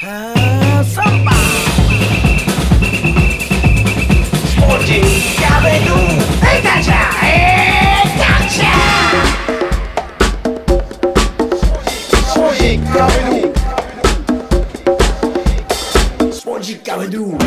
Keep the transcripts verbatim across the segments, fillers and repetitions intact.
Ah, samba. Sporty Avenue. Hey, gotcha. Hey, gotcha. Sporty Avenue. Sporty Avenue.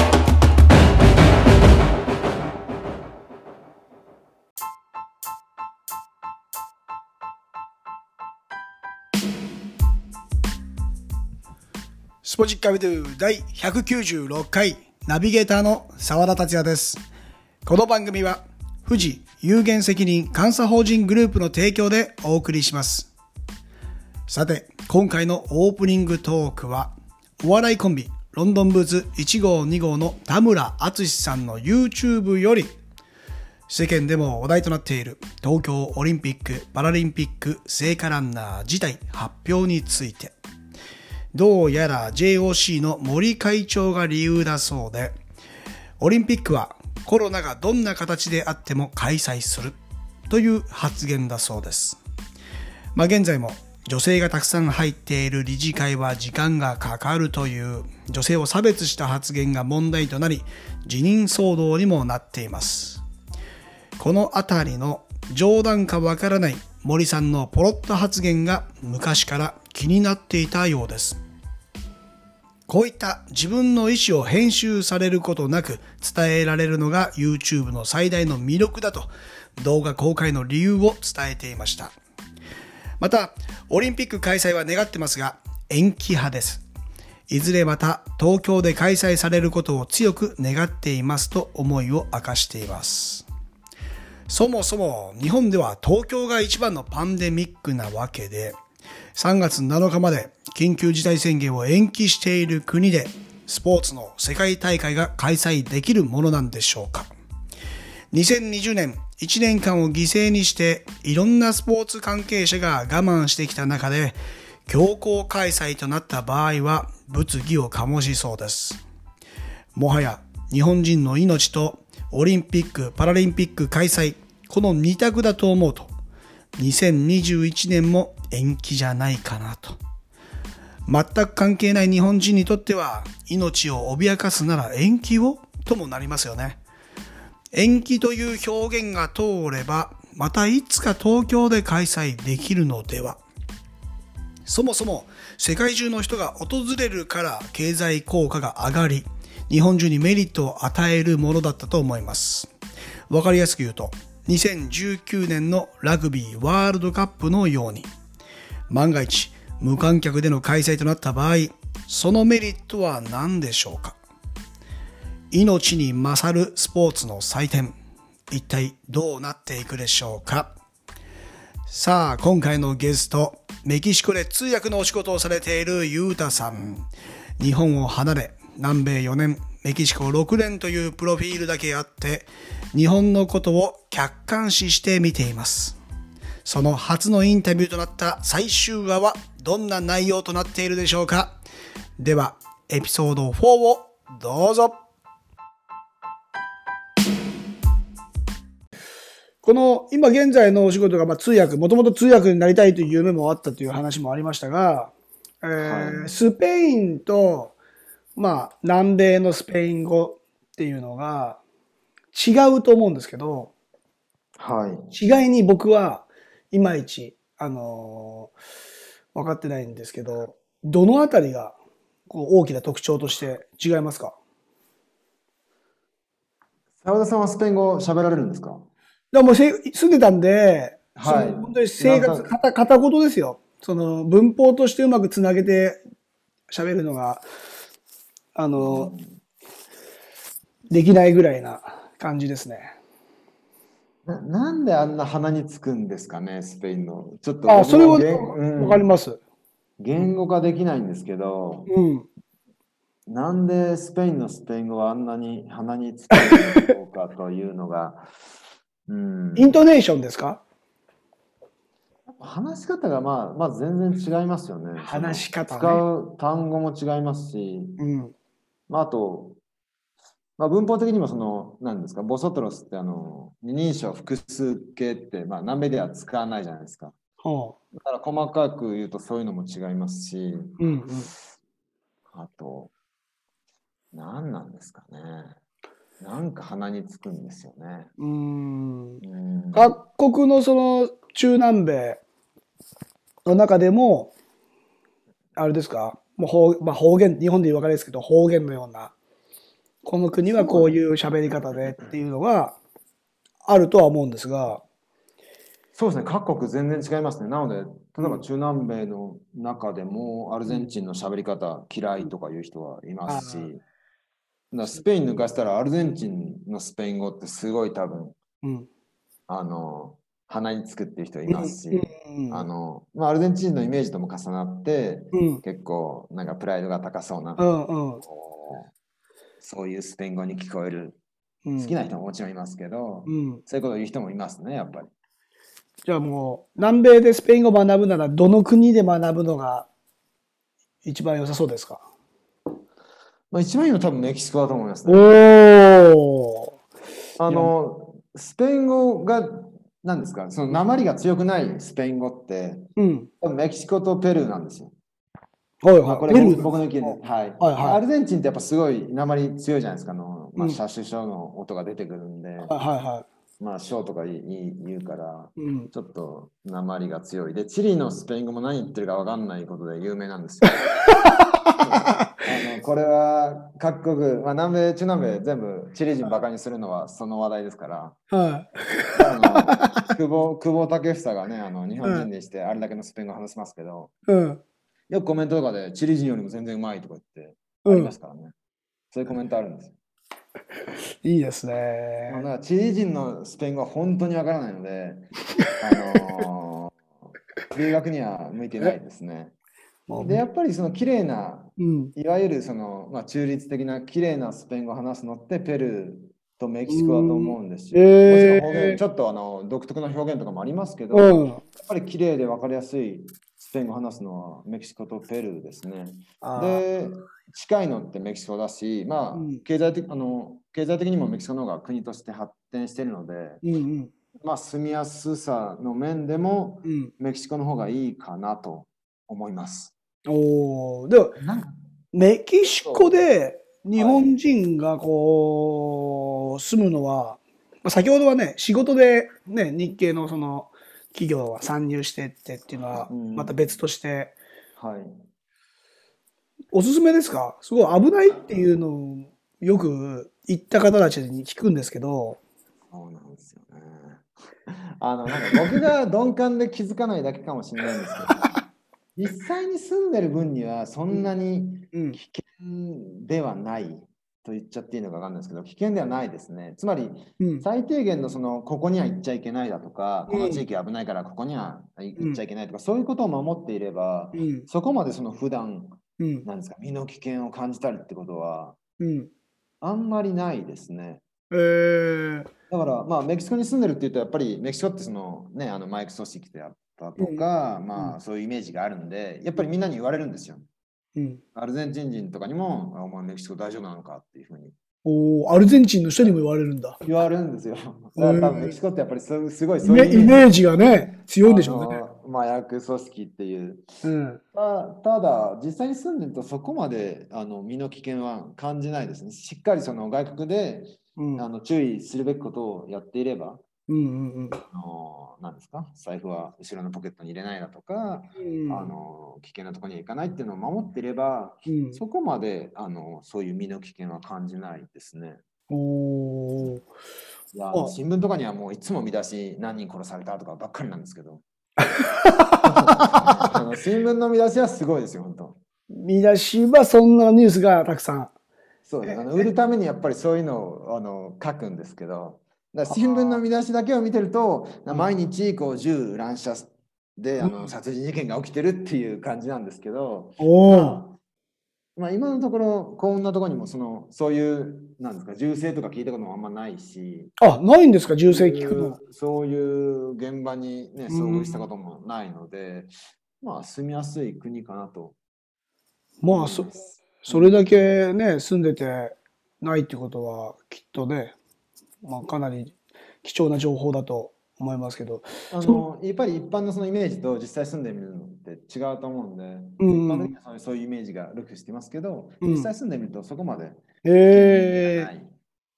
スポジックアビドゥ第ひゃくきゅうじゅうろっかいナビゲーターの澤田達也です。この番組は富士有限責任監査法人グループの提供でお送りします。さて、今回のオープニングトークはお笑いコンビロンドンブーツいち号に号の田村淳さんの YouTube より世間でも話題となっている東京オリンピック・パラリンピック聖火ランナー自体発表について、どうやら ジェイオーシー の森会長が理由だそうで、オリンピックはコロナがどんな形であっても開催するという発言だそうです。まあ現在も女性がたくさん入っている理事会は時間がかかるという女性を差別した発言が問題となり、辞任騒動にもなっています。このあたりの冗談かわからない森さんのポロッと発言が昔から気になっていたようです。こういった自分の意思を編集されることなく伝えられるのが YouTube の最大の魅力だと動画公開の理由を伝えていました。また、オリンピック開催は願ってますが延期派です。いずれまた東京で開催されることを強く願っていますと思いを明かしています。そもそも日本では東京が一番のパンデミックなわけで、さんがつなのかまで緊急事態宣言を延期している国でスポーツの世界大会が開催できるものなんでしょうか。にせんにじゅうねんいちねんかんを犠牲にしていろんなスポーツ関係者が我慢してきた中で強行開催となった場合は物議を醸しそうです。もはや日本人の命とオリンピック・パラリンピック開催、この二択だと思うとにせんにじゅういちねんも延期じゃないかなと。全く関係ない日本人にとっては命を脅かすなら延期をともなりますよね。延期という表現が通ればまたいつか東京で開催できるのでは。そもそも世界中の人が訪れるから経済効果が上がり、日本中にメリットを与えるものだったと思います。わかりやすく言うとにせんじゅうきゅうねんのラグビーワールドカップのように、万が一無観客での開催となった場合、そのメリットは何でしょうか。命に勝るスポーツの祭典、一体どうなっていくでしょうか。さあ、今回のゲスト、メキシコで通訳のお仕事をされているユータさん。日本を離れ南米よねん、メキシコろくねんというプロフィールだけあって日本のことを客観視して見ています。その初のインタビューとなった最終話はどんな内容となっているでしょうか。ではエピソードよんをどうぞ。この今現在のお仕事がまあ通訳、もともと通訳になりたいという夢もあったという話もありましたが、えーはい、スペインとまあ南米のスペイン語っていうのが違うと思うんですけど、 はい、 違いに僕はいまいち、あのー、分かってないんですけど、どのあたりがこう大きな特徴として違いますか？ 澤田さんはスペイン語喋られるんですか？ でもせ住んでたんで、そはい。 の本当に生活、 なんか、 片片言ですよ。その文法としてうまくつなげて喋るのが、あの、できないぐらいな感じですね。 な、なんであんな鼻につくんですかね、スペインの。ちょっとあ、 僕それはも言、うわかりん、 ます。 言語化できないんですけど、 うん。 なんでスペインのスペイン語はあんなに鼻につくんでしょうかというのが、うイントん、 ネーションですか？ 話し方がまあ、まあ全然違いますよね。そ話しの方ね。 使う単語も違いますし、 うん。 まあ、あと、まあ、文法的にもその、何ですか、ボソトロスってあの、二人称複数形って、まあ、南米では使わないじゃないですか。 はあ、 だから細かく言うとそういうのも違いますし、 うんうん。 あと、何なんですかね。なんか鼻につくんですよね。 うーん。 うん。 各国のその中南米の中でも、あれですか、もう方、まあ、方言、日本でいうわかりですけど、方言のような、この国はこういう喋り方でっていうのがあるとは思うんですが、 そうですね、各国全然違いますね。なので、例えばうん。 中南米の中でも、アルうん。 ゼンチンの喋り方嫌いとかいう人はいまあすし、だかあ、 らスペイン抜かしたらアルゼンチンのスペイン語ってすごい多分、 うん。 あの、鼻につくっていう人いうん。 ますし、 うん。 あの、まあ、アルゼンチンのイメージとも重なって、 うん。 結構なんかプライドが高そうな、 うん。うん。 こうそういうスペイン語に聞こえる、 うん。 好きな人ももちろんいますけど、 うん。 そういうことを言う人もいますね、やっぱり。 じゃあもう、南米でスペイン語を学ぶなら、どの国で学ぶのが一番良さそうですか？ まあ、一番いいのは多分メキシコだと思いますおね。 お。 あいや、 の、スペイン語が、何ですか、その訛りが強くないスペイン語って、 うん。 多分メキシコとペルーなんですよ。まあ、 はいはい。 これペルーなんですか？ 僕僕の意見で、はい。で、アはいはルゼンチンってやっぱすごい訛り強いじゃないですか。あの、 い。 まあ、 うん。 シャシュショの音が出てくるんで、 はいはいはまあ、ショーとか言い言うから、 い。うん。 ちょっと訛りが強い。で、チリのスペイン語も何言ってるか分かんないことで有名なんですよ。あの、これは各国、まあ、南米、中南米全部チリ人バカにするのはその話題ですから、 はあの、久保、久保建英がね、あの、日い。 本人うん。 にしてあれだけのスペイン語話せますけど、 うん。 よくコメントとかでチリ人よりも全然うまいとか言ってありまうん。 すからね。そういうコメントあるんですよ。 いいですまあ、だね。 からチリ人のスペイン語は本当にわからないので、あのー留学には向いてないえ、 ですね。 もう、 で、やっぱりその綺麗な、 うん。 いわゆるその、まあ、中立的な綺麗なスペイン語を話すのってペルーとメうキシコだとーん。 思うんですよ。もちろん方言、 ええちょっとあの独特な表現とかもありますけー。うど、 ん。 やっぱり綺麗で分かりやすいスペイン語を話すのはメキシコとペルーですね。 ああ。 で、近いのってメキシコだし、まあ、 うん。 経済的、あの、経済的にもメキシコの方が国として発展しているので、 うんうん。 まあ、住みやすさの面でもうん。 メキシコの方がいいかなと思います。 おお。でも、 なんかメキシコで日はい。 本人がこう、住むのは、まあ先ほどはね、仕事でね、日系のその企業は参入してってっていうのは、 うん。 また別として、 はい。 おすすめですか？すごい危ないっていうのをよく言った方たちに聞くんですけど、 そうなんですよね。あの、なんか僕が鈍感で気づかないだけかもしれないんですけど、実際に住んでる分にはそんなにうん、 危険ではないと言っちゃっていいのかわかんないですけど、危険ではないですね。つまり、 うん、 最低限のその、ここには行っちゃいけないだとか、この地うん、 域危ないからここにはうん、 行っちゃいけないとか、そういうことを守っていれば、 うん、 そこまでその普段、 うん、 なんですか、身の危険を感じたりってことは、 うん。 あんまりないですね。 えー、 だから、まあ、メキシコに住んでるっていうと、やっぱりメキシコってその、ね、あのマイク組織であったうん、 とか、 うん、 まあ、そういうイメージがあるんで、やっぱりみんなに言われるんですよ。 うん。 アルゼンチン人とかにも、あお前メキシコ大丈夫なのかっていうふうにおー、アルゼンチンの人にも言われるんだ。 言われるんですよ。だえから多分メキー、 シコってやっぱりそうすごいイメ、 そういうイメージ、 イメージがね、強いんあでしょうね。 の、麻薬組織っていう。 うん、 た、ただ、実際に住んでるとそこまであの身の危険は感じないですね。しっかりその外国でうん、 あの注意するべきことをやっていれば、 うん、うん、 あの、なんですか、財布は後ろのポケットに入れないだとか、 うん、 あの、危険なところには行かないっていうのを守っていれば、 うん。 そこまであのそういう身の危険は感じないですね。 おー、 いや、あのまあ、 新聞とかにはもういつも見出し何人殺されたとかばっかりなんですけど、あの新聞の見出しはすごいですよ、本当。 見出しはそんなニュースがたくさん。 そうです。あの売るためにやっぱりそういうのをあの書くんですけど、だから新聞の見出しだけを見てると、毎日こう銃乱射であのうん。 殺人事件が起きてるっていう感じなんですけど、 おお。 まあ、まあ、今のところ、こんなところにもそのそういうなんですか銃声とか聞いたこともあんまないし、 あ、ないんですか、銃そう声聞くの。 いうそういう現場に、ね、 う遭遇したこん。 ともないので、まあ、住みやすい国かなとまあ、 思いそ、 ます。うそれだん、 けね、住んでてないってことは、きっとね、まあ、かなり貴重な情報だと思いますけど。 あそのの、やっぱり一般のそのイメージと実際住んでみるのって違うと思うんで、 うん一般的にはそういうそういうイメージがルフしてますけど、 うん実際住んでみるとそこまでえ近隣じゃなー、 い。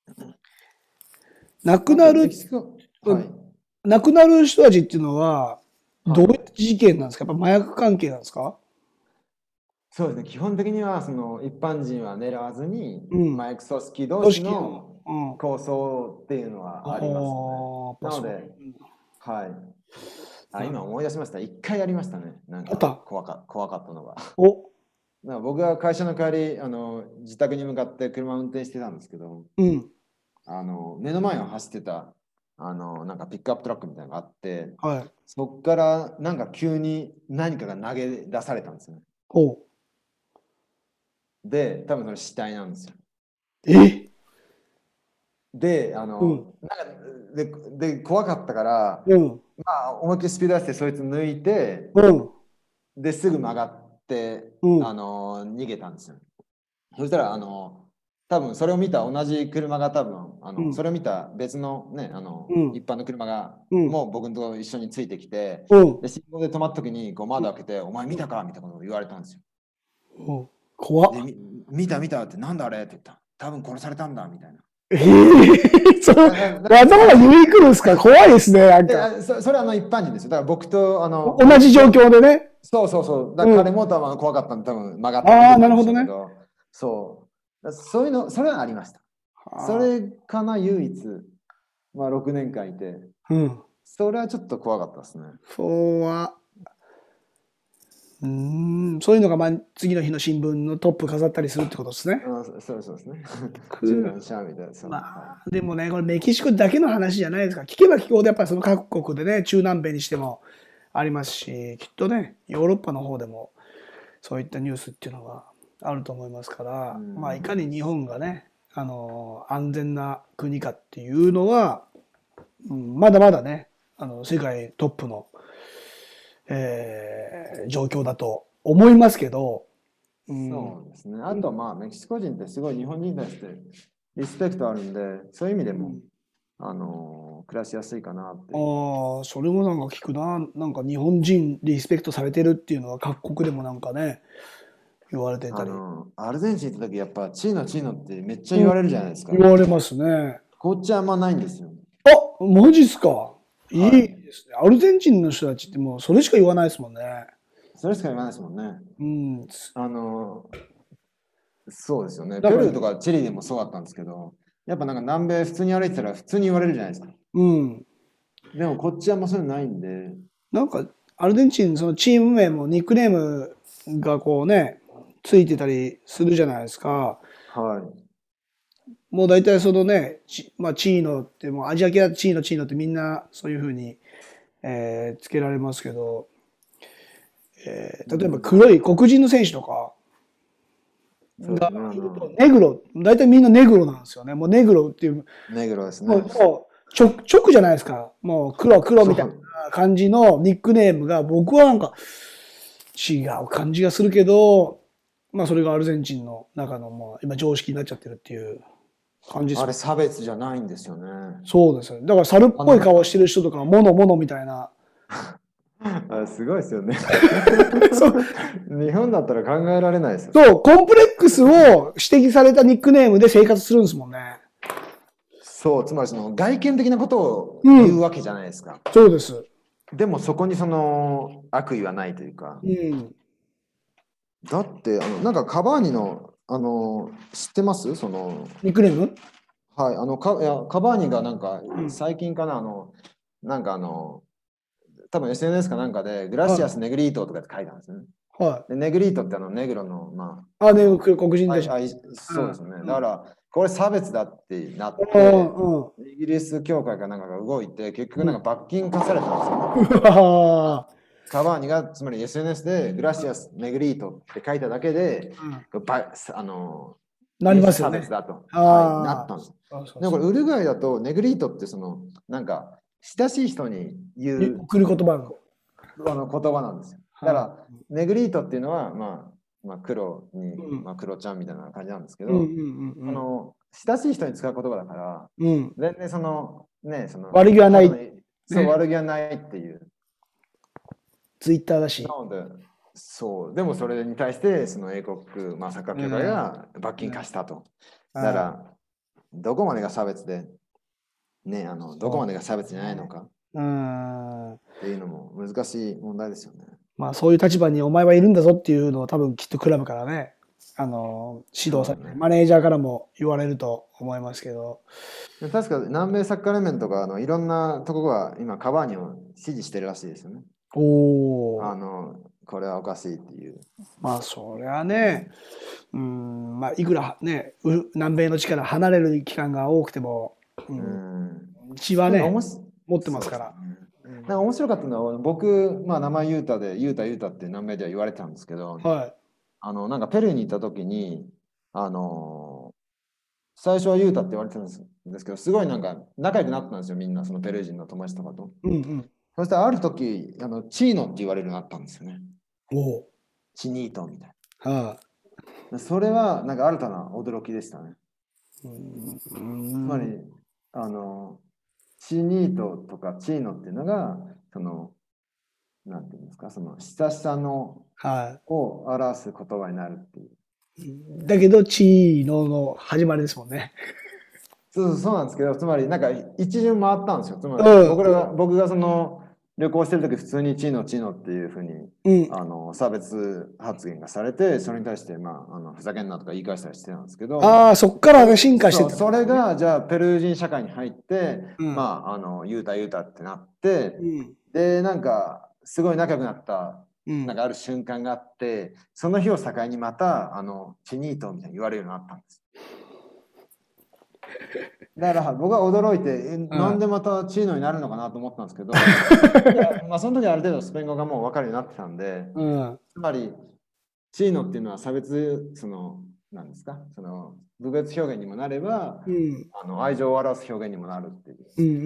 亡くあと、 なる、 メキシコ、はい。 亡くなる人たちっていうのは、どういはい。 った事件なんですか？やっぱ麻薬関係なんですか？ そうですね。基本的にはその一般人は狙わずに、 うん。 麻薬組織同組士織の、 のうん。 抗争っていうのはありますね。 ああ、やっぱそう。 なので、はい。あ、今なるほ思い出しました。一回ありましたね。なんど。あった。 か怖か、怖かったのが。 お、 なんか僕が会社の帰り、あの、自宅に向かって車を運転してたんですけど、 うん。 あの、目の前を走ってた、あの、なんかピックアップトラックみたいなのがあって、 はい。 そこからなんか急に何かが投げ出されたんですよね。 おう。 で、多分それ死体なんですよ。 えで、あうん。 の、なんか、で、で、怖かったから、 うん。 まあ、思いっきりスピード出してそいつ抜いて、 うん。 で、すぐ曲がって、 うん。 あの、逃げたんですよ。そしたら、あの、多分それを見た同じ車が多分、あの、 うん。 それを見た別のね、あの、 うん。 一般の車が、 うん。 もう僕と一緒についてきて、 うん。 で、信号で止まった時に、こう窓開けて、お前見たかみたいなことを言われたんですよ。 うん。怖で、 っ。 み見た見たって、なんだあれって言った。多分殺されたんだ、みたいな。 ええそう、わなななざわざ言いに来るんですか？怖いですね、なんで、 か。 あそそれはあの一般人ですよ。だから僕と、あの、 お同じ状況でね。 そうそうそう。だうん。 から彼も多分怖かったんで、多分曲がって逃ああ、 げたんでなるほどね。 しょうけど、そう。だそういうの、それはありました。そあれかな、唯一、まあろくねんかんいて、 あ、うん。 それはちょっと怖かったですね。 そうは、うーん、そういうのが、まあ、次の日の新聞のトップ飾ったりするってことですね。 あそそうそうですね。銃く、 乱射みたいな、そう、 まはい。 あ、でもね、これメキシコだけの話じゃないですか。聞けば聞くほどやっぱりその各国でね、中南米にしてもありますし、きっとね、ヨーロッパの方でもそういったニュースっていうのがあると思いますかうら、まあ、いかん。 に日本がね、あの、安全な国かっていうのは、うん、まだまだね、あの、世界トップの、えー状況だと思いますけど、うん、 そうですね。あと、まあ、メキシコ人ってすごい日本人に対してリスペクトあるんで、そういう意味でも、 うんあの暮らしやすいかなっていう。 ああ、それもなんか聞くな。なんか日本人リスペクトされてるっていうのは各国でもなんかね、言われてたり。 あの、アルゼンチン行った時、やっぱ、チーノ、チーノってめっちゃうん、 言われるじゃないですか。 言われますね。 こっちあんまないんですよ。 あ、マジっすか。いいはい。 ですね。アルゼンチンの人たちってもうそれしか言わないですもんね。 それしか言わないですもんね。 うん。 あの、そうですよね。 だから、 ペルーとかチリでもそうだったんですけど、やっぱなんか南米普通に歩いてたら普通に言われるじゃないですか。 うん。 でもこっちはあんまそういうのないんで、 なんか、アルゼンチン、そのチーム名もニックネームがこうね、ついてたりするじゃないですか。 はい。 もう大体そのね、チまあ、チーノって、もうアジア系だとチーノ、チーノってみんなそういうふうに、えーつけられますけど、えー例えばうん、 黒い黒人の選手とかがそうですね。あいると、 の、 ネグロ、大体みんなネグロなんですよね。もうネグロっていう、 ネグロですもう、 ね。 もう直、直じゃないですか。もう黒黒みたいそう。 な感じのニックネームが僕はなんか違う感じがするけど、まあそれがアルゼンチンの中のもう今常識になっちゃってるっていう感じですもん。 あれ差別じゃないんですよね。 そうですよね。だから猿っあの、 ぽい顔なしてる人とか、モノモノみたいな。 あ、すごいですよね。 そう、 日本だったら考えられないですよ、それ。 そう、コンプレックスを指摘されたニックネームで生活するんですもんね。 そう、つまりその外見的なことをうん。 言うわけじゃないですか。 そうです。 でもそこにその悪意はないというか。 うん。 だって、あの、なんかカバーニの、あの、知ってますその、 ニックネームはい、あの、か、いや、カバーニがなんかうん。 最近かな、あの、なんかあの、多分 エスエヌエス かなんかで、グラシアス・はネグリートとかって書いたんですね。 い。はい。 で、ネグリートってあの、ネグロの、まあ、 あ、ね、 あの、 黒黒人あい、 たち。 あい、 うん。 そうですよね。 うん。 だから、これ差別だってなっうて、 ん。うん。 イギリス協会かなんかが動いて、結局うん。 なんか罰金課されたんですよ。 うわカバーニが、つまり エスエヌエス でグラシアス・ネグリートって書いただけで、 ーうん。 ばあの、 なり人種ますよね。 差別だと、はい、なああ。 ったんです。 そうそうそでもこれ、ウルグアイだと、ネグリートってその、なんか、親しい人にう。 言う送る言葉の。 あの言葉なんですよ。だかはら、ネグリートっていうのは、まあ、まあ、黒に、 い。うん。 まあ、黒ちゃんみたいな感じなんですけうんうんど、 うんうん。 あの、親しい人に使う言葉だから、 うん。 全然その、ね、その、 悪気はなただの、 い。 そう、 ね。 悪気はないっていう。 ツイッターだし。 なので、そう、でもそれに対して、その英国、まあ、サッカー協会うん。 が罰金うん。 課したと。だかああ、 ら、どこまでが差別で、ね、あの、どこまでが差別じゃないのね。 かっうん。 ていうのも難しい問題ですよね。 まあそういう立場にお前はいるんだぞっていうのを多分きっとクラブからね、あの、指導されて、 そうだね。 マネージャーからも言われると思いますけど。 で確か南米サッカー連盟とかあのいろんなところが今カバーニを支持してるらしいですよね。 おお。 あの、これはおかしいっていう。 まあそりゃうね、 ん。 うん、まあいくらね、う南米の地から離れる期間が多くても、ううん、 ん。 血はね、 なんかおもし、 持ってまそうですね。 すから。うん、 なんか面白かったのは、僕、まあ名前ユータで、ユータユータって南米では言われてたんですけど、 はあの、なんかペルーに行った時に、あの最初はユータって言われてたんですですけど、すごいなんか仲良くなったんですよ、みんな、そのペルー人の友達とかと。 い。うんうん。 そしてある時、あの、チーノって言われるようになったんですよね。 おお。 チニートみたいはな。それはなんか新たな驚きでしたね。 い。うん。うん。 つまり、あの、チニートとかチーノっていうのが、その、なんていうんですか、その親しさのはを表す言葉になるっていう。 い。だけど、地のの始まりですもんね。 そうそうなんですけど、つまりなんか一巡回ったんですよ。つまりうん。 僕らが、僕がその旅行してる時普通にチーノチーノっていうふうにうん。 あの差別発言がされて、それに対してまあ、あのふざけんなとか言い返したりしてたんですけど、 ああ、そっからね、進化してっそう、それたってことですね。 がじゃあペルー人社会に入って、 うん。 まあ、あの、ユータユータってなって、 うん。 で、なんかすごい仲良くなった、 うん。 なんかある瞬間があって、その日を境にまた、あの、チニートみたいに言われるようになったんです。だから僕は驚いて、えうん。 なんでまたチーノになるのかなと思ったんですけど、いや、まあ、その時はある程度スペイン語がもう分かるようになってたんで、 うん。 つまり、チーノっていうのは差別、その、なんですか、その、部別表現にもなれば、 うん。 あの愛情を表す表現にもなるっていう。 うん。うん。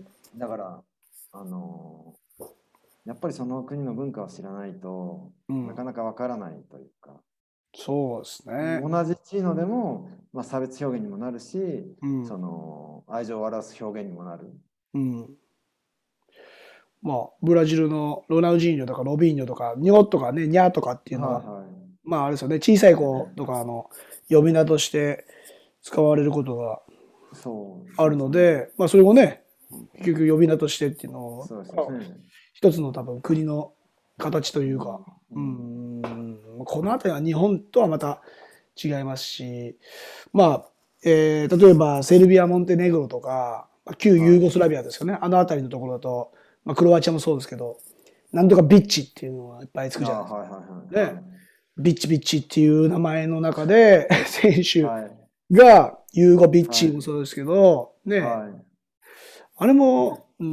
だから、あの、やっぱりその国の文化を知らないとうん。うん。 なかなかわからないというか、 そうですね。 同じチーノでも、まあ、差別表現にもなるし、 うん。 その愛情を表す表現にもなる。 うん。まあ、ブラジルのロナウジーニョとかロビーニョとか、ニョとかね、ニャーとかっていうのは、 はいはい。 まああれですよね、小さい子とかの呼び名として使われることがそう、 あるそうですね。 ので、まあそれをね、結局呼び名としてっていうのを、 そうですまあね。 一つの多分国の形というか、 うん、ううん。 ん、この辺りは日本とはまた違いますし、まあ、えー例えばセルビア、モンテネグロとか、まあ旧ユーゴスラはい。 ビアですよね。あの辺りのところだと、まあ、クロアチアもそうですけど、なんとかビッチっていうのがいっぱいつくああ、 じゃないですか。 はいはいはい。はね。 い。 ビッチビッチっていう名前の中で、選手はい。 が、ユーゴビッチもはい。 そうですけど、ね。 はい。 あれも、うん、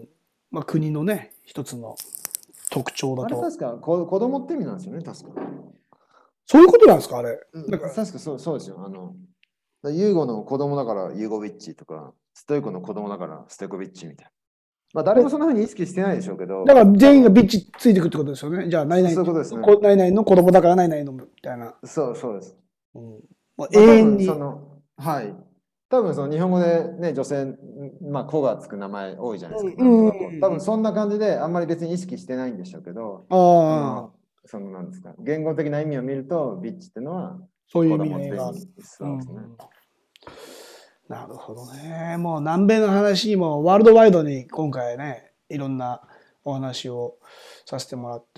まあ国のね、一つの特徴だと。 あれ確かこ子供って意味なんですよね、確か。 そういうことなんですか、あれ。 うん、 なんか、 確かそう、そうですよ。あの、ユーゴの子供だからユーゴビッチとか、ストイコの子供だからステコビッチみたいな。まあ誰もそんなふうに意識してないでしょうけど、 だから全員が多分、 ビッチついてくってことですよね。じゃあ、何々 そういうことですね。 こ何々の子供だから何々のみたいな。 そうそうです。 うん、もう永まあ多分そ遠に。 の、はい。多分その日本語でね、女性、まあ子がつく名前多いじゃないですか。なんとうんうんうかこう。多分んうん。 そんな感じであんまり別に意識してないんでしょうけど、そああ、 の、そのなんですか、言語的な意味を見ると、ビッチっていうのはそういう意子味合いがある。 供って意味、 うん、 そうですね。 なるほどね。もう南米の話にもワールドワイドに今回ね、いろんなお話をさせてもらって。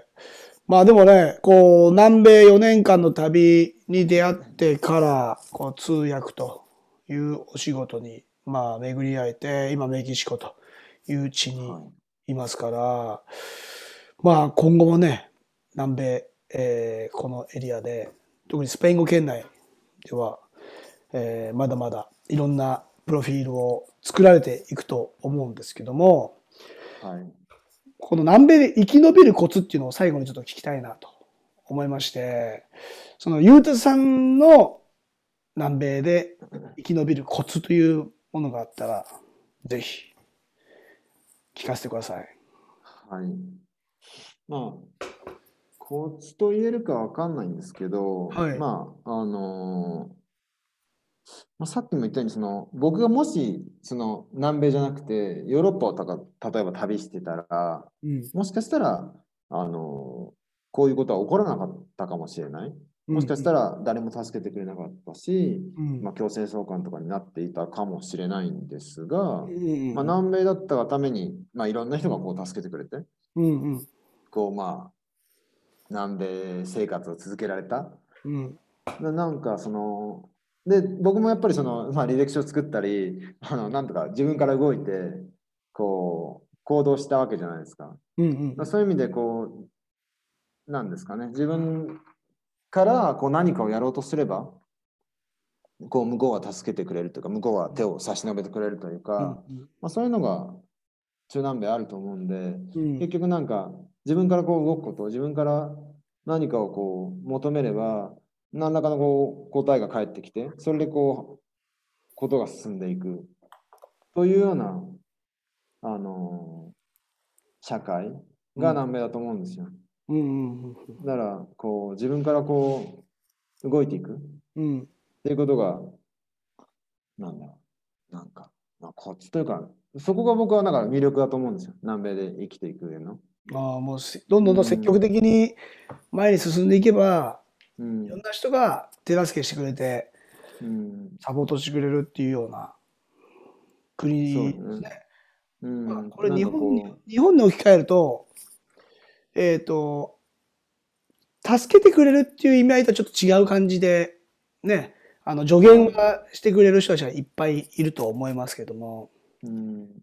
まあでもね、こう南米よねんかんの旅に出会ってから、こう通訳というお仕事にまあ巡り会えて、今メキシコという地にはい。 いますから、まあ今後もね、南米、えーこのエリアで、特にスペイン語圏内では、えーまだまだいろんなプロフィールを作られていくと思うんですけども、 はい。 この南米で生き延びるコツっていうのを最後にちょっと聞きたいなと思いまして、そのゆうたさんの南米で生き延びるコツというものがあったら、ぜひ聞かせてください。 はい。まあ、コツと言えるかわかんないんですけど、 はい。 まあ、あのーまあ、さっきも言ったように、その僕がもしその南米じゃなくてヨーロッパをたか例えば旅してたら、 うん。 もしかしたらあのこういうことは起こらなかったかもしれない。 うん。 もしかしたら誰も助けてくれなかったし、 うん。 まあ、強制送還とかになっていたかもしれないんですが、 うまあ、 ん。 南米だったがために、まあ、いろんな人がこう助けてくれて、 うん。うん。 こうまあ南米生活を続けられた。 うん。 な、なんかその、で、僕もやっぱりその、まあ、履歴書を作ったり、あの、なんとか自分から動いて、こう、行動したわけじゃないですか。 うん。うん。 そういう意味で、こう、なんですかね、自分からこう何かをやろうとすれば、こう向こうが助けてくれるというか、向こうが手を差し伸べてくれるといううん。 か、まあ、そういうのが中南米あると思うんで、 うん。 結局なんか自分からこう動くこと、自分から何かをこう求めれば、何らかのこう答えが返ってきて、それでこう、ことが進んでいくというような、あの社会うん。 が南米だと思うんですよ。 うん。うん。 だから、こう、自分からこう、動いていくっうん。 ていうことが、なんだろう、なんか、まあ、コツというか、そこが僕はなんか魅力だと思うんですよ。南米で生きていく上の。 ああ、もうせ、どんうどんどん積極ん、 的に前に進んでいけば、 うん、 いろんな人が手助けしてくれて、 うん、 サポートしてくれるっていうような国そうですね。 ですね。 うまあ、 ん、 これなんか日本に、 こ日本に置き換えると、えっと、助けてくれるっていう意味合いとはちょっと違う感じで、ね、あの、助う、 言はい、 はしてくれる人たちはいっぱいいると思いますけども、 うん、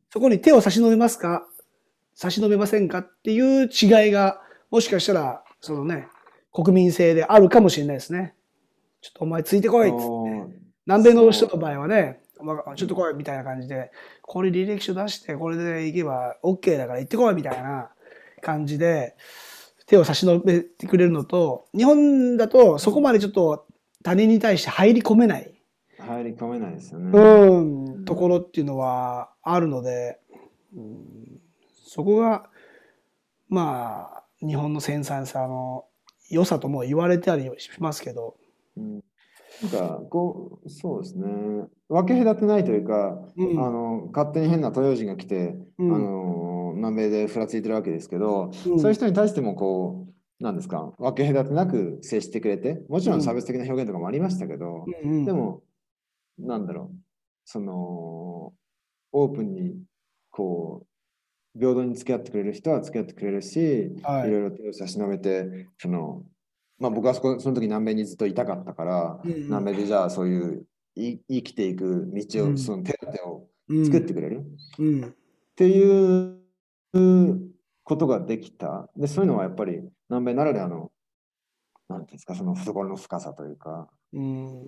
そこに手を差し伸べますか、差し伸べませんかっていう違いが、もしかしたら、そのね、国民性であるかもしれないですね。ちょっとお前ついてこいっつって。 そう、 南米の人のそ場合はね、まあちょっとう、 来いみたいな感じで、これ履歴書出して、これで行けば OK だから行ってこいみたいな感じで、手を差し伸べてくれるのと、日本だとそこまでちょっと他人に対して入り込めない、 入り込めないですよね。 ううん、ところん、 っていうのはあるので、うん、そこが、まあ、日本の繊細さの良さとも言われたりしますけど、 うん、なんか、こう、そうですね。分け隔てないというか、 うん、 あの、勝手に変な東洋人が来て、あうん、 の、南米でふらついてるわけですけど、 うん、 そういう人に対しても、こう、なんですか、分け隔てなく接してくれて、もちろん差うん、 別的な表現とかもありましたけど、 うん、 でも、なんだろう、その、オープンに、こう、平等に付き合ってくれる人は付き合ってくれるし、 はい。 いろいろ手を差し伸べて、その、まあ僕はそこ、その時南米にずっといたかったから、 うん、 南米でじゃあそういうい生きていく道を、 うん、 その手当てをうん、 作ってくれるっうん、 ていうことができた。で、そういうのはやっぱり南米ならではの、なんていうんですか、その懐の深さというか、 うん、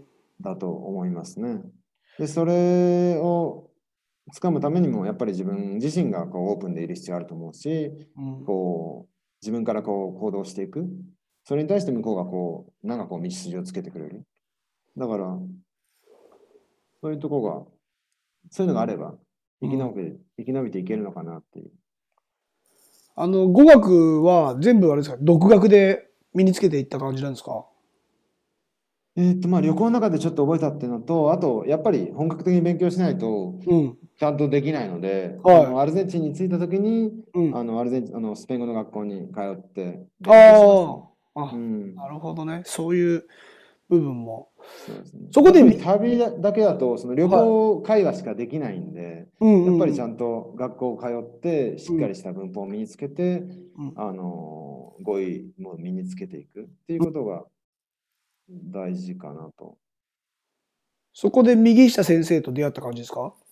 だと思いますね。で、それを掴むためにも、やっぱり自分自身がこうオープンでいる必要があると思うし、 うん。 こう、自分からこう行動していく。それに対して向こうがこう、なんかこう道筋をつけてくれる。だから、そういうところが、そういうのがあれば、生きうん。 延びて、生き延びていけるのかなっていう。 あの、語学は全部あれですか、独学で身につけていった感じなんですか？ えーっと、まあ旅行の中でちょっと覚えたっていうのと、あと、やっぱり本格的に勉強しないと、 うん。 ちゃんとできないので、あの、 はアルゼンチンに着いた時に、 い。うん。 あの、アルゼンチン、あの、スペイン語の学校に通って勉強しますね。 ああ。あ、 うん。 なるほどね。そういう部分も。 そうですね。やっぱりそこでみ、 旅だだけだと、その旅は行会話しかできないんで、 い。うんやっぱうんうん。 りちゃんと学校通って、しうん。 っかりした文法を身につけて、 うん。 あの、語彙も身につけていくっていうことが大事かなと。 そこで右下先生と出会った感じですか？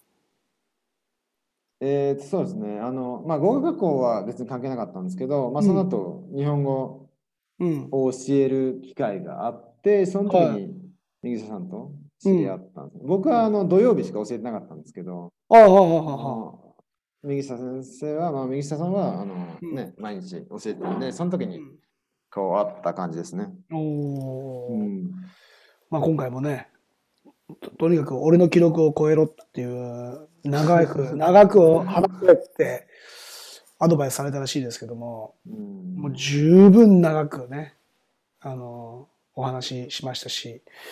えーと、そうですね。あの、まあ、語学学校は別に関係なかったんですけど、まあ、そのうん。 後、日本語うん。 を教える機会があって、その時はに右下さんとい。う知り合ん。 ったんです。僕うん。 はあの土曜日しか教えてなかったんですけど、 ああ、はあ、はああ、はあ。 の右下先生は、まあ、右下さんはあの、 うん。 ね、毎日教えてるんで、その時にうん。 こう会った感じですね。うおー。 ん。 まあ今回もね、と、とにかく俺の記録を超えろっていう、長く、長く話せってアドバイスされたらしいですけども、 うもうん。 十分長くね、あの、お話ししましたし、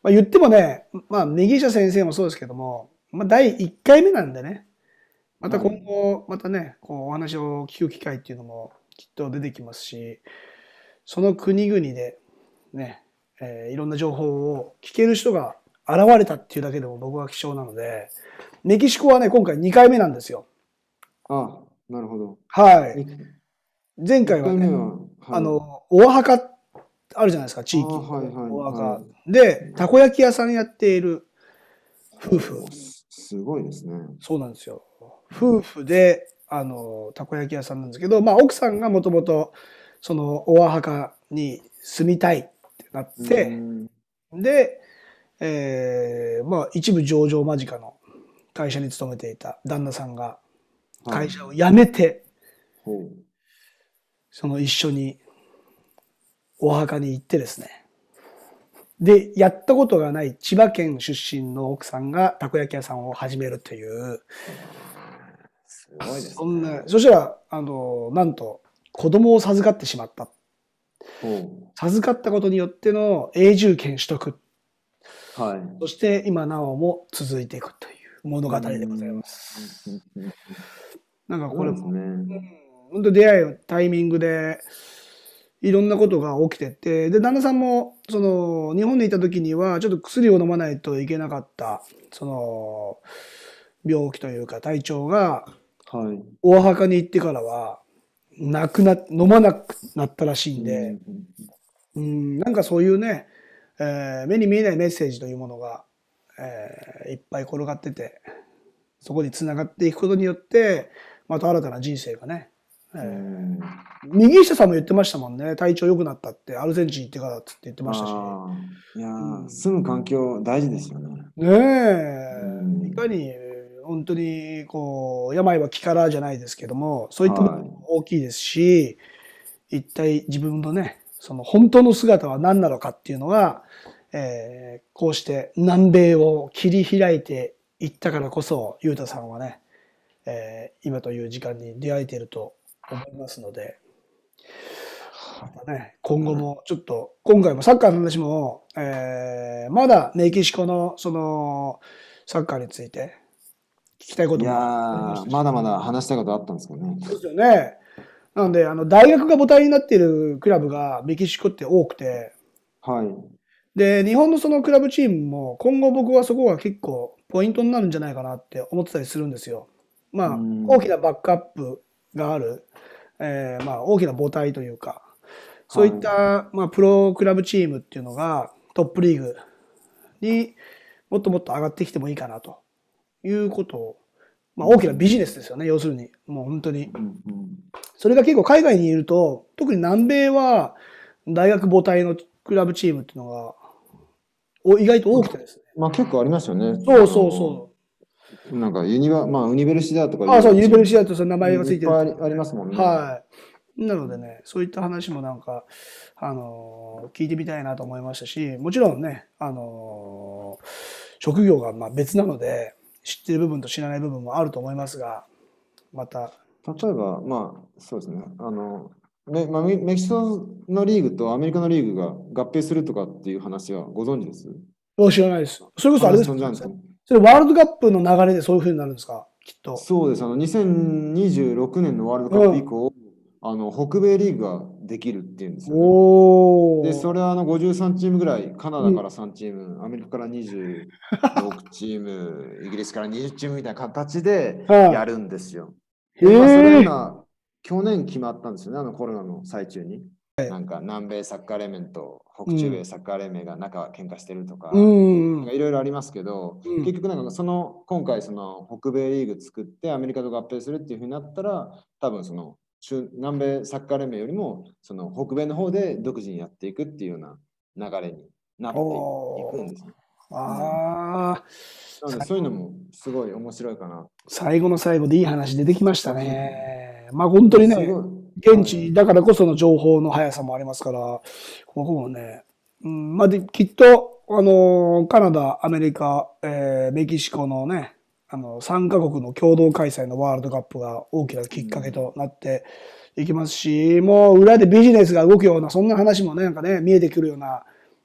まあ、言ってもね、まあ、根岸先生もそうですけども、まあ、だいいっかいめなんでね、また今後、またね、こうお話を聞く機会っていうのもきっと出てきますし、その国々でね、えーいろんな情報を聞ける人が現れたっていうだけでも僕は貴重なので、メキシコはね、今回にかいめなんですよ。 あ、なるほど。 はい。 い前回 1 はね、 回目は、はい、 あの、オアハカあるじゃないですか、地域。 あはいはいオアハカはで、たこ焼き屋さんやっている夫婦。 おすすごいですね。 そうなんですよ。夫婦で、あの、たこ焼き屋さんなんですけど、まあ、奥さんがもともと、その、オアハカに住みたいってなっうて、 んで、えーまあ、一部上場間近の会社に勤めていた旦那さんが、 はい会社を辞めて、 ほうその一緒にお墓に行ってですね。で、やったことがない千葉県出身の奥さんがたこ焼き屋さんを始めるという、 すごいですそんな、 ね。 そしたら、あの、なんと、子供を授かってしまった。 ほ授かったことによっての永住権取得。 うはい。 そして今なおも続いていくという物語でございます。 うんなんかそこれも、 うですね。 本当出会いのタイミングで、いろんなことが起きてて、で、旦那さんも、その、日本にいた時には、ちょっと薬を飲まないといけなかった、その、病気というか体調が、 はい。 お墓に行ってからは、なくな、飲まなくなったらしいんうで、 んうん、なんかそういうね、えー目に見えないメッセージというものが、えーいっぱい転がってて、そこに繋がっていくことによって、また新たな人生がね、えうーん右下さんも言ってましたもんね。体調良くなったって、アルゼンチン行ってからっつって言ってましたし。 ああ、いやうんー、住む環境大事ですよね。 ねうえ、 んいかに、本当に、こう、病は気からじゃないですけども、そういったものはも大きいですし、一体自分のね、その本当の姿は何なのかっていうのは、えーこうして南米を切り開いていったからこそ、ゆうたさんはね、えー今という時間に出会えていると思いますので、またね、今後もちょっと、今回もサッカーの話も、えーまだメキシコのそのサッカーについて聞きたいこい。いやともありましー、 たし。 まだまだ話したいことあったんですけどね。 そうですよね。なので、あの、大学が母体になっているクラブがメキシコって多くて、 はい。 で、日本のそのクラブチームも今後僕はそこが結構ポイントになるんじゃないかなって思ってたりするんですよ。まあ、 うん大きなバックアップがある、えーまあ、大きな母体というか、そういった、まあ、プロクラブチームっていうのがトップリーグにもっともっと上がってきてもいいかなということを、まあ、大きなビジネスですよね、要するに。もう本当に。 うんうんそれが結構海外にいると、特に南米は大学母体のクラブチームっていうのがお意外と多くてですね。 まあ結構ありますよね。 そうそうそう。 う。なんかユニバ、まあ、ウニベルシダーとかああ、そう、ユニベルシアアとその名前がついてるいっぱいありありますもんね。 はい。なのでね、そういった話もなんか、あのー聞いてみたいなと思いましたし、もちろんね、あのー職業がまあ別なので、知ってる部分と知らない部分もあると思いますが、また、 例えば、まあ、そうですね。あの、メまあ、メメキシコのリーグとアメリカのリーグが合併するとかっていう話はご存知ですどう知らないです。それこそあれですか、 話飛んじゃうんですかね。 それワールドカップの流れでそういう風になるんですか、きっと。 そうです。あの、にせんにじゅうろくねんのワールドカップ以降、あの、北米リーグができるっていうんですよね。で、 おー。 それはあのごじゅうさんチームぐらい、カナダからさんチーム、アメリカからにじゅうろくチーム、イギリスからにじゅうチームみたいな形ではいやるんですよ。 へで、まあ、それはえ。 今、去年決まったんですよね、あのコロナの最中に。なんか南米サッカー連盟と北中米サッカー連盟が仲喧嘩してるとか、 うん。 なんかいろいろありますけど、 うん結局なんかその今回その北米リーグ作ってアメリカと合併するっていうふうになったら、多分その中南米サッカー連盟よりもその北米の方で独自にやっていくっていうような流れになっていくんですね。 ああ、 なのでそういうのもすごい面白いかな。 最後の最後でいい話出てきましたね。まあ本当にね、 すごい現地だからこその情報の速さもありますから、ここもね、うん、まあで、きっと、あの、カナダ、アメリカ、えーメキシコのね、あの、さんカ国の共同開催のワールドカップが大きなきっかけとなっていきますし、もう裏でビジネスが動くような、そんな話もね、なんかね、見えてくるような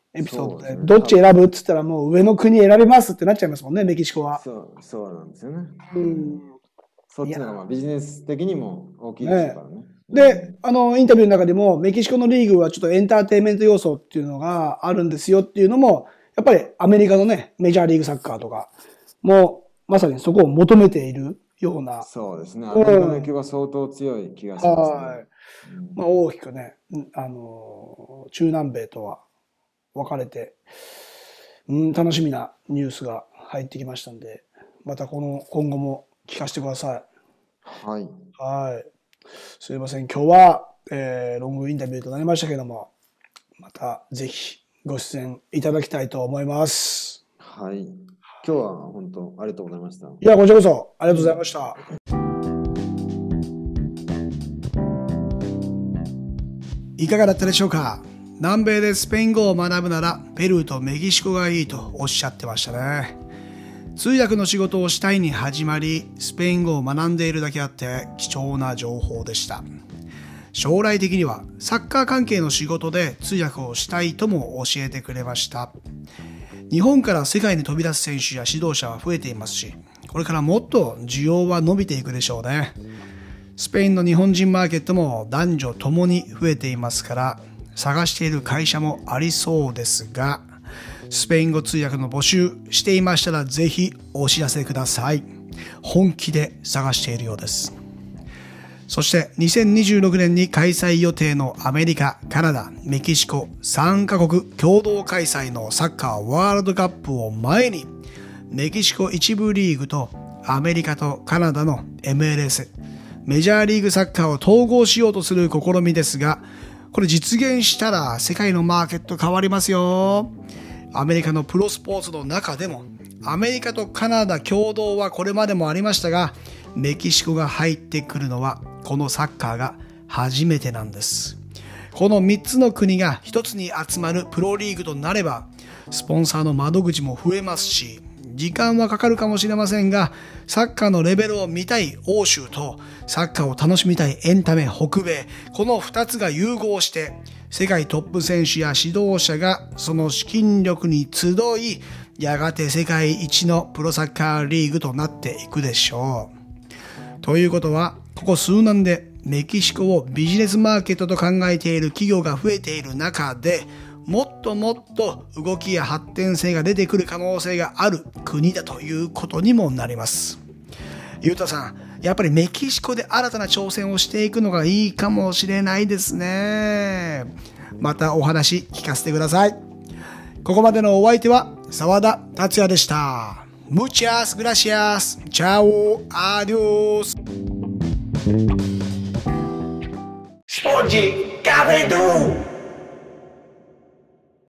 エピソードで。 そうですねどっち選ぶって言ったらもう上の国選びますってなっちゃいますもんね、メキシコは。 そう、そうなんですよね。 うんそっちの方がまあビジネス的にも大きいでしょうからね。 で、あの、インタビューの中でも、メキシコのリーグはちょっとエンターテインメント要素っていうのがあるんですよっていうのも、やっぱりアメリカのね、メジャーリーグサッカーとかも、まさにそこを求めているような。 そうですね。アメリカの野球は相当強い気がしますね。 はい。 うんまあ大きくね、うんあの、中南米とは分かれて、うん、楽しみなニュースが入ってきましたんで、またこの、今後も聞かせてください。 はい。 はい。すいません。今日は、えーロングインタビューとなりましたけども、またぜひご出演いただきたいと思います。 はい。今日は本当ありがとうございました。 いや、こちらこそありがとうございました。いかがだったでしょうか。南米でスペイン語を学ぶならペルーとメキシコがいいとおっしゃってましたね。通訳の仕事をしたいに始まり、スペイン語を学んでいるだけあって貴重な情報でした。将来的にはサッカー関係の仕事で通訳をしたいとも教えてくれました。日本から世界に飛び出す選手や指導者は増えていますし、これからもっと需要は伸びていくでしょうね。スペインの日本人マーケットも男女ともに増えていますから、探している会社もありそうですが、スペイン語通訳の募集していましたらぜひお知らせください。本気で探しているようです。そしてにせんにじゅうろくねんに開催予定のアメリカ、カナダ、メキシコさんカ国共同開催のサッカーワールドカップを前に、メキシコ一部リーグとアメリカとカナダの エムエルエス、メジャーリーグサッカーを統合しようとする試みですが、これ実現したら世界のマーケット変わりますよ。アメリカのプロスポーツの中でも、アメリカとカナダ共同はこれまでもありましたが、メキシコが入ってくるのはこのサッカーが初めてなんです。このみっつの国が一つに集まるプロリーグとなれば、スポンサーの窓口も増えますし、時間はかかるかもしれませんが、サッカーのレベルを見たい欧州とサッカーを楽しみたいエンタメ北米、このふたつが融合して世界トップ選手や指導者がその資金力に集い、やがて世界一のプロサッカーリーグとなっていくでしょう。ということは、ここ数年でメキシコをビジネスマーケットと考えている企業が増えている中で、もっともっと動きや発展性が出てくる可能性がある国だということにもなります。ゆうたさん、やっぱりメキシコで新たな挑戦をしていくのがいいかもしれないですね。またお話聞かせてください。ここまでのお相手は澤田達也でした。Muchas gracias. Chao. Adiós. Sport Cabedu